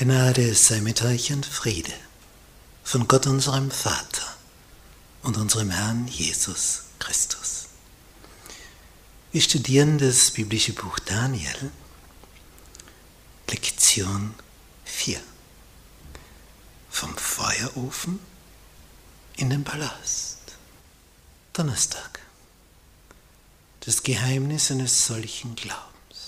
Gnade sei mit euch und Friede von Gott unserem Vater und unserem Herrn Jesus Christus. Wir studieren das biblische Buch Daniel, Lektion 4. Vom Feuerofen in den Palast. Donnerstag. Das Geheimnis eines solchen Glaubens.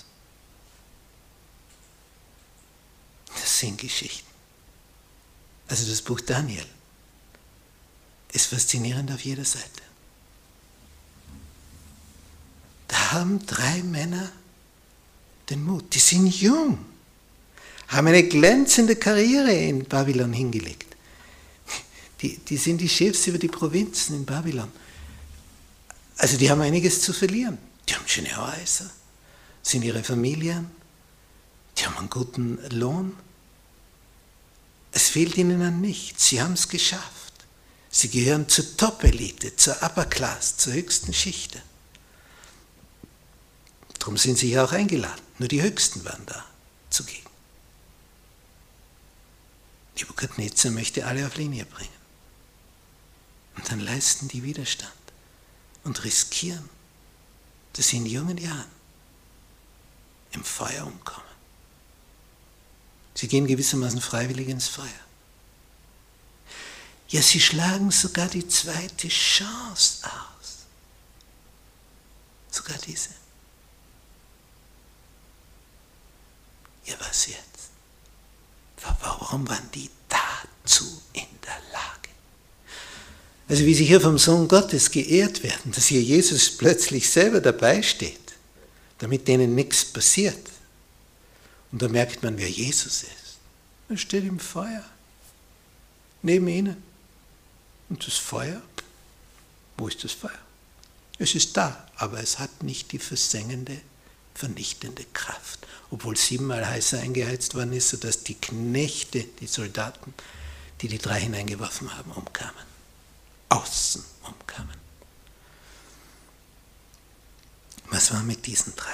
Das sind Geschichten. Also das Buch Daniel ist faszinierend auf jeder Seite. Da haben 3 Männer den Mut. Die sind jung, haben eine glänzende Karriere in Babylon hingelegt. Die sind die Chefs über die Provinzen in Babylon. Also die haben einiges zu verlieren. Die haben schöne Häuser, sind ihre Familien, die haben einen guten Lohn. Es fehlt ihnen an nichts. Sie haben es geschafft. Sie gehören zur Top-Elite, zur Upper Class, zur höchsten Schicht. Darum sind sie hier auch eingeladen. Nur die Höchsten waren da zugegen. Nebukadnezar möchte alle auf Linie bringen. Und dann leisten die Widerstand und riskieren, dass sie in jungen Jahren im Feuer umkommen. Sie gehen gewissermaßen freiwillig ins Feuer. Ja, sie schlagen sogar die zweite Chance aus. Sogar diese. Ja, was jetzt? Warum waren die dazu in der Lage? Also wie sie hier vom Sohn Gottes geehrt werden, dass hier Jesus plötzlich selber dabei steht, damit denen nichts passiert. Und da merkt man, wer Jesus ist. Er steht im Feuer, neben ihnen. Und das Feuer, wo ist das Feuer? Es ist da, aber es hat nicht die versengende, vernichtende Kraft. Obwohl 7-mal heißer eingeheizt worden ist, sodass die Knechte, die Soldaten, die die 3 hineingeworfen haben, umkamen. Außen umkamen. Was war mit diesen 3?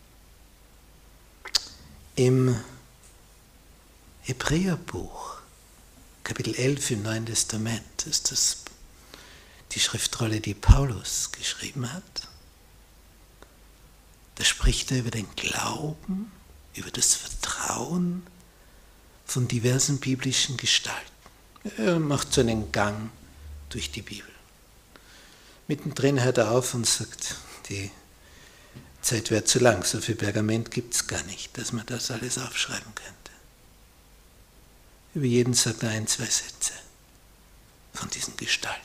Im Hebräerbuch, Kapitel 11 im Neuen Testament, ist das die Schriftrolle, die Paulus geschrieben hat. Da spricht er über den Glauben, über das Vertrauen von diversen biblischen Gestalten. Er macht so einen Gang durch die Bibel. Mittendrin hört er auf und sagt, die Zeit wäre zu lang, so viel Pergament gibt es gar nicht, dass man das alles aufschreiben könnte. Über jeden sagt er 1, 2 Sätze von diesen Gestalten.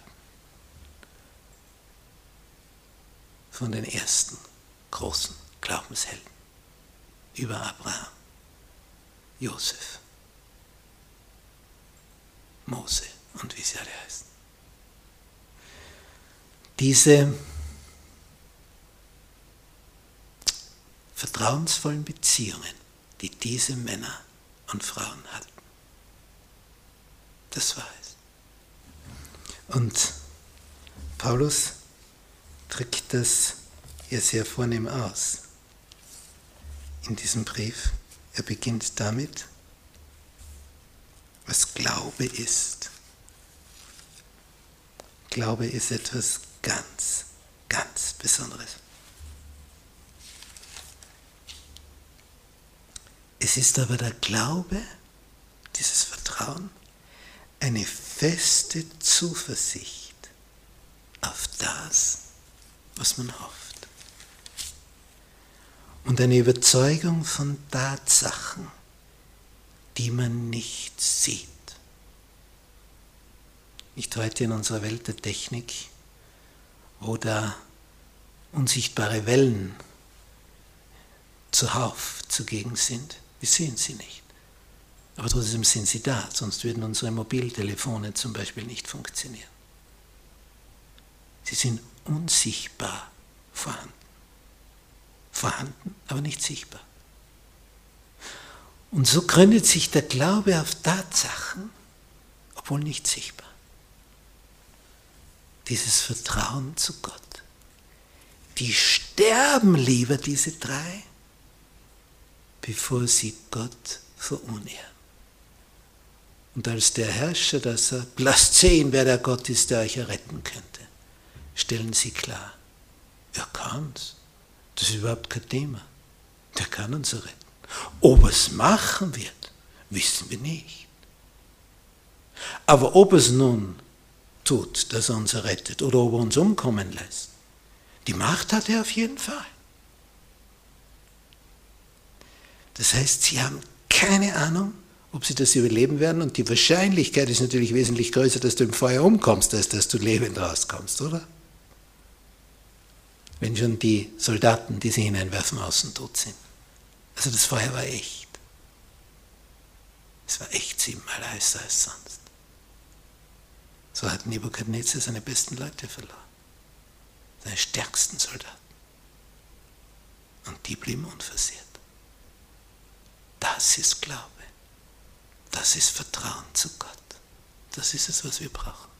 Von den ersten großen Glaubenshelden. Über Abraham, Josef, Mose und wie sie alle heißen. Diese vertrauensvollen Beziehungen, die diese Männer und Frauen hatten. Das war es. Und Paulus drückt das ja sehr vornehm aus in diesem Brief. Er beginnt damit, was Glaube ist. Glaube ist etwas ganz, ganz Besonderes. Es ist aber der Glaube, dieses Vertrauen, eine feste Zuversicht auf das, was man hofft. Und eine Überzeugung von Tatsachen, die man nicht sieht. Nicht heute in unserer Welt der Technik, wo da unsichtbare Wellen zuhauf zugegen sind. Wir sehen sie nicht. Aber trotzdem sind sie da, sonst würden unsere Mobiltelefone zum Beispiel nicht funktionieren. Sie sind unsichtbar vorhanden. Vorhanden, aber nicht sichtbar. Und so gründet sich der Glaube auf Tatsachen, obwohl nicht sichtbar. Dieses Vertrauen zu Gott. Die sterben lieber, diese 3, bevor sie Gott verunehren. Und als der Herrscher da sagt, lasst sehen, wer der Gott ist, der euch erretten könnte, stellen sie klar, er kann's. Das ist überhaupt kein Thema. Der kann uns erretten. Ob er es machen wird, wissen wir nicht. Aber ob es nun tut, dass er uns errettet, oder ob er uns umkommen lässt, die Macht hat er auf jeden Fall. Das heißt, sie haben keine Ahnung, ob sie das überleben werden, und die Wahrscheinlichkeit ist natürlich wesentlich größer, dass du im Feuer umkommst, als dass du lebend rauskommst, oder? Wenn schon die Soldaten, die sie hineinwerfen, außen tot sind. Also das Feuer war echt. Es war echt 7-mal heißer als sonst. So hat Nebukadnezar seine besten Leute verloren. Seine stärksten Soldaten. Und die blieben unversehrt. Das ist Glaube. Das ist Vertrauen zu Gott. Das ist es, was wir brauchen.